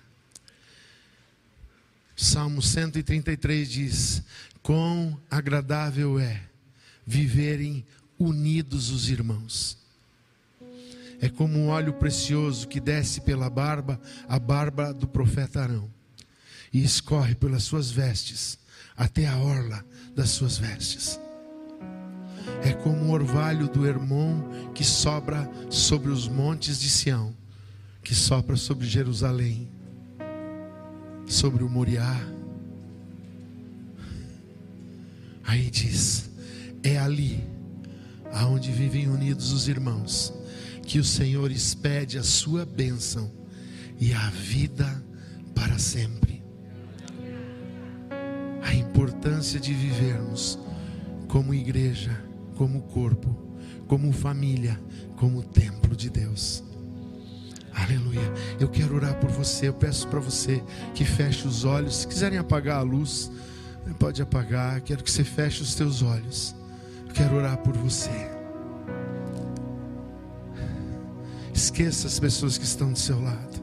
Salmo cento e trinta e três diz: quão agradável é viverem unidos os irmãos. É como um óleo precioso que desce pela barba, a barba do profeta Arão, e escorre pelas suas vestes, até a orla das suas vestes. É como o orvalho do Hermon que sobra sobre os montes de Sião, que sopra sobre Jerusalém, sobre o Moriá. Aí diz: é ali, aonde vivem unidos os irmãos, que o Senhor expede a sua bênção e a vida para sempre. A importância de vivermos como igreja, como corpo, como família, como templo de Deus. Aleluia. Eu quero orar por você. Eu peço para você que feche os olhos. Se quiserem apagar a luz, pode apagar. Quero que você feche os teus olhos. Eu quero orar por você. Esqueça as pessoas que estão do seu lado.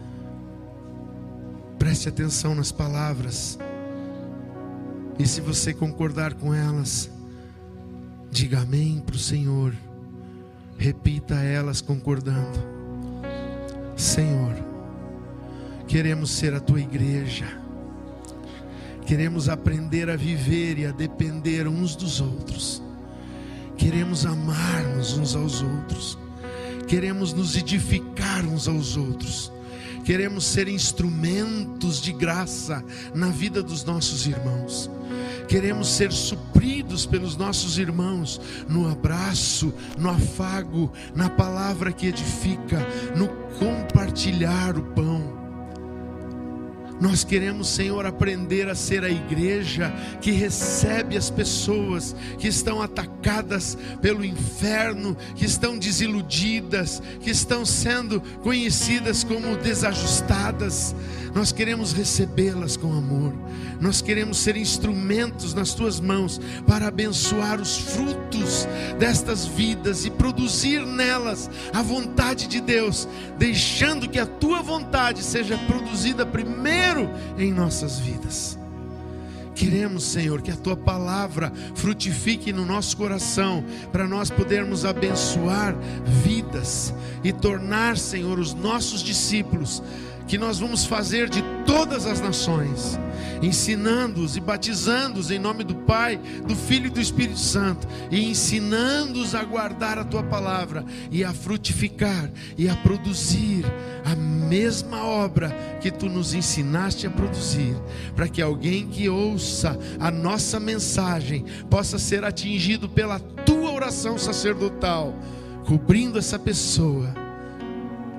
Preste atenção nas palavras. E se você concordar com elas, diga amém para o Senhor. Repita elas concordando. Senhor, queremos ser a tua igreja. Queremos aprender a viver e a depender uns dos outros. Queremos amar-nos uns aos outros. Queremos nos edificar uns aos outros. Queremos ser instrumentos de graça na vida dos nossos irmãos. Queremos ser supridos pelos nossos irmãos no abraço, no afago, na palavra que edifica, no compartilhar o pão. Nós queremos, Senhor, aprender a ser a igreja que recebe as pessoas que estão atacadas pelo inferno, que estão desiludidas, que estão sendo conhecidas como desajustadas. Nós queremos recebê-las com amor. Nós queremos ser instrumentos nas tuas mãos para abençoar os frutos destas vidas e produzir nelas a vontade de Deus, deixando que a tua vontade seja produzida primeiro em nossas vidas. Queremos, Senhor, que a tua palavra frutifique no nosso coração, para nós podermos abençoar vidas e tornar, Senhor, os nossos discípulos, que nós vamos fazer de todas as nações, ensinando-os e batizando-os em nome do Pai, do Filho e do Espírito Santo, e ensinando-os a guardar a tua palavra e a frutificar e a produzir a mesma obra que tu nos ensinaste a produzir, para que alguém que ouça a nossa mensagem possa ser atingido pela tua oração sacerdotal, cobrindo essa pessoa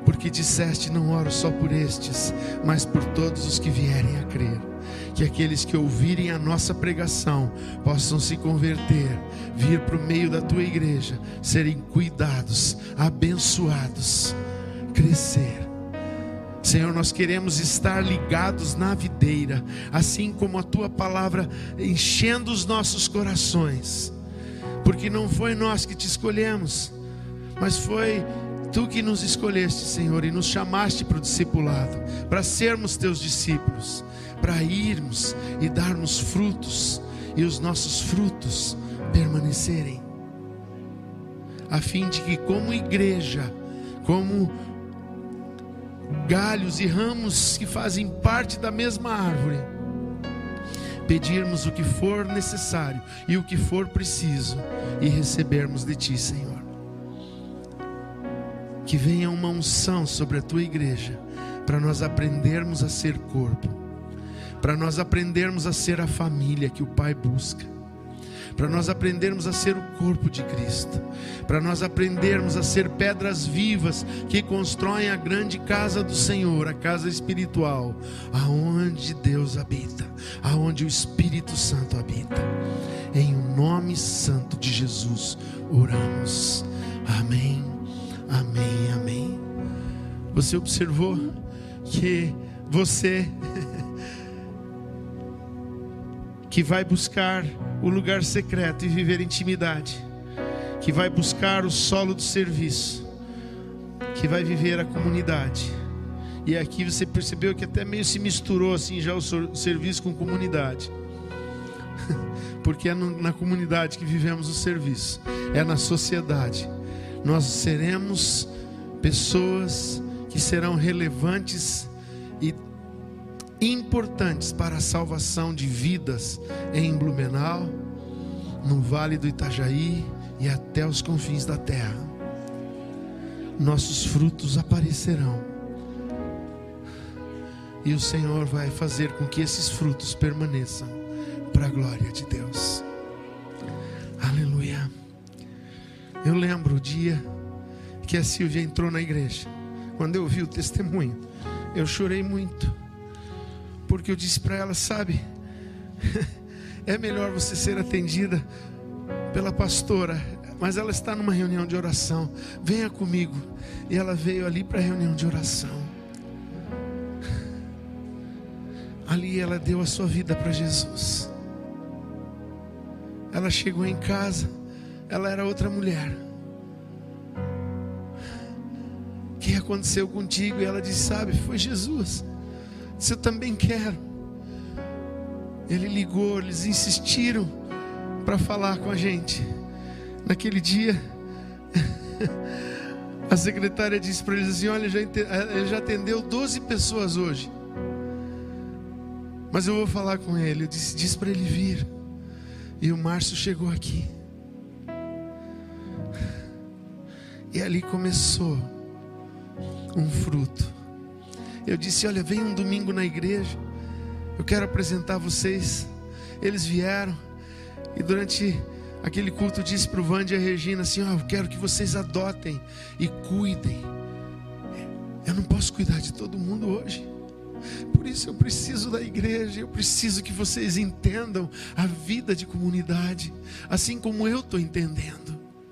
porque disseste: não oro só por estes, mas por todos os que vierem a crer. Que aqueles que ouvirem a nossa pregação possam se converter, vir para o meio da tua igreja, serem cuidados, abençoados, crescer. Senhor, nós queremos estar ligados na videira, assim como a tua palavra enchendo os nossos corações, porque não foi nós que te escolhemos, mas foi tu que nos escolheste, Senhor, e nos chamaste para o discipulado, para sermos teus discípulos, para irmos e darmos frutos, e os nossos frutos permanecerem, a fim de que, como igreja, como galhos e ramos que fazem parte da mesma árvore, pedirmos o que for necessário e o que for preciso, e recebermos de ti, Senhor. Que venha uma unção sobre a tua igreja, para nós aprendermos a ser corpo, para nós aprendermos a ser a família que o Pai busca, para nós aprendermos a ser o corpo de Cristo, para nós aprendermos a ser pedras vivas que constroem a grande casa do Senhor, a casa espiritual, aonde Deus habita, aonde o Espírito Santo habita. Em o nome santo de Jesus oramos. Amém, amém, amém. Você observou que você que vai buscar o lugar secreto e viver intimidade, que vai buscar o solo do serviço, que vai viver a comunidade. E aqui você percebeu que até meio se misturou assim já o serviço com comunidade, porque é na comunidade que vivemos o serviço, é na sociedade. Nós seremos pessoas que serão relevantes e importantes para a salvação de vidas em Blumenau, no Vale do Itajaí e até os confins da terra. Nossos frutos aparecerão, e o Senhor vai fazer com que esses frutos permaneçam para a glória de Deus. Aleluia. Eu lembro o dia que a Silvia entrou na igreja. Quando eu vi o testemunho, eu chorei muito, porque eu disse para ela: sabe, é melhor você ser atendida pela pastora, mas ela está numa reunião de oração, venha comigo. E ela veio ali para a reunião de oração. Ali ela deu a sua vida para Jesus. Ela chegou em casa, ela era outra mulher. O que aconteceu contigo? E ela disse: sabe, foi Jesus. Se eu também quero. Ele ligou, eles insistiram para falar com a gente. Naquele dia, a secretária disse para eles assim: olha, já ele já atendeu doze pessoas hoje, mas eu vou falar com ele. Eu disse: diz para ele vir. E o Márcio chegou aqui, e ali começou um fruto. Eu disse: olha, vem um domingo na igreja, eu quero apresentar vocês. Eles vieram, e durante aquele culto disse para o Vande e a Regina assim: oh, eu quero que vocês adotem e cuidem. Eu não posso cuidar de todo mundo hoje, por isso eu preciso da igreja. Eu preciso que vocês entendam a vida de comunidade, assim como eu estou entendendo,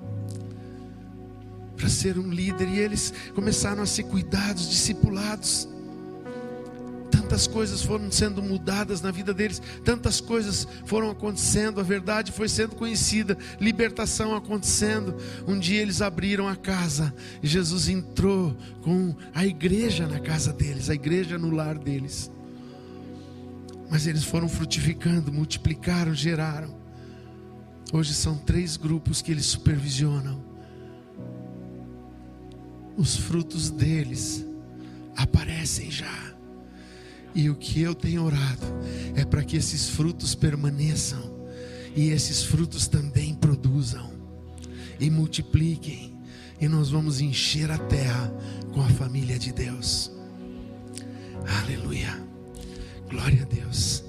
para ser um líder. E eles começaram a ser cuidados, discipulados. Tantas coisas foram sendo mudadas na vida deles, tantas coisas foram acontecendo, a verdade foi sendo conhecida, libertação acontecendo. Um dia eles abriram a casa, e Jesus entrou com a igreja na casa deles, a igreja no lar deles. Mas eles foram frutificando, multiplicaram, geraram. Hoje são três grupos que eles supervisionam. Os frutos deles aparecem já. E o que eu tenho orado é para que esses frutos permaneçam, e esses frutos também produzam e multipliquem, e nós vamos encher a terra com a família de Deus. Aleluia, glória a Deus.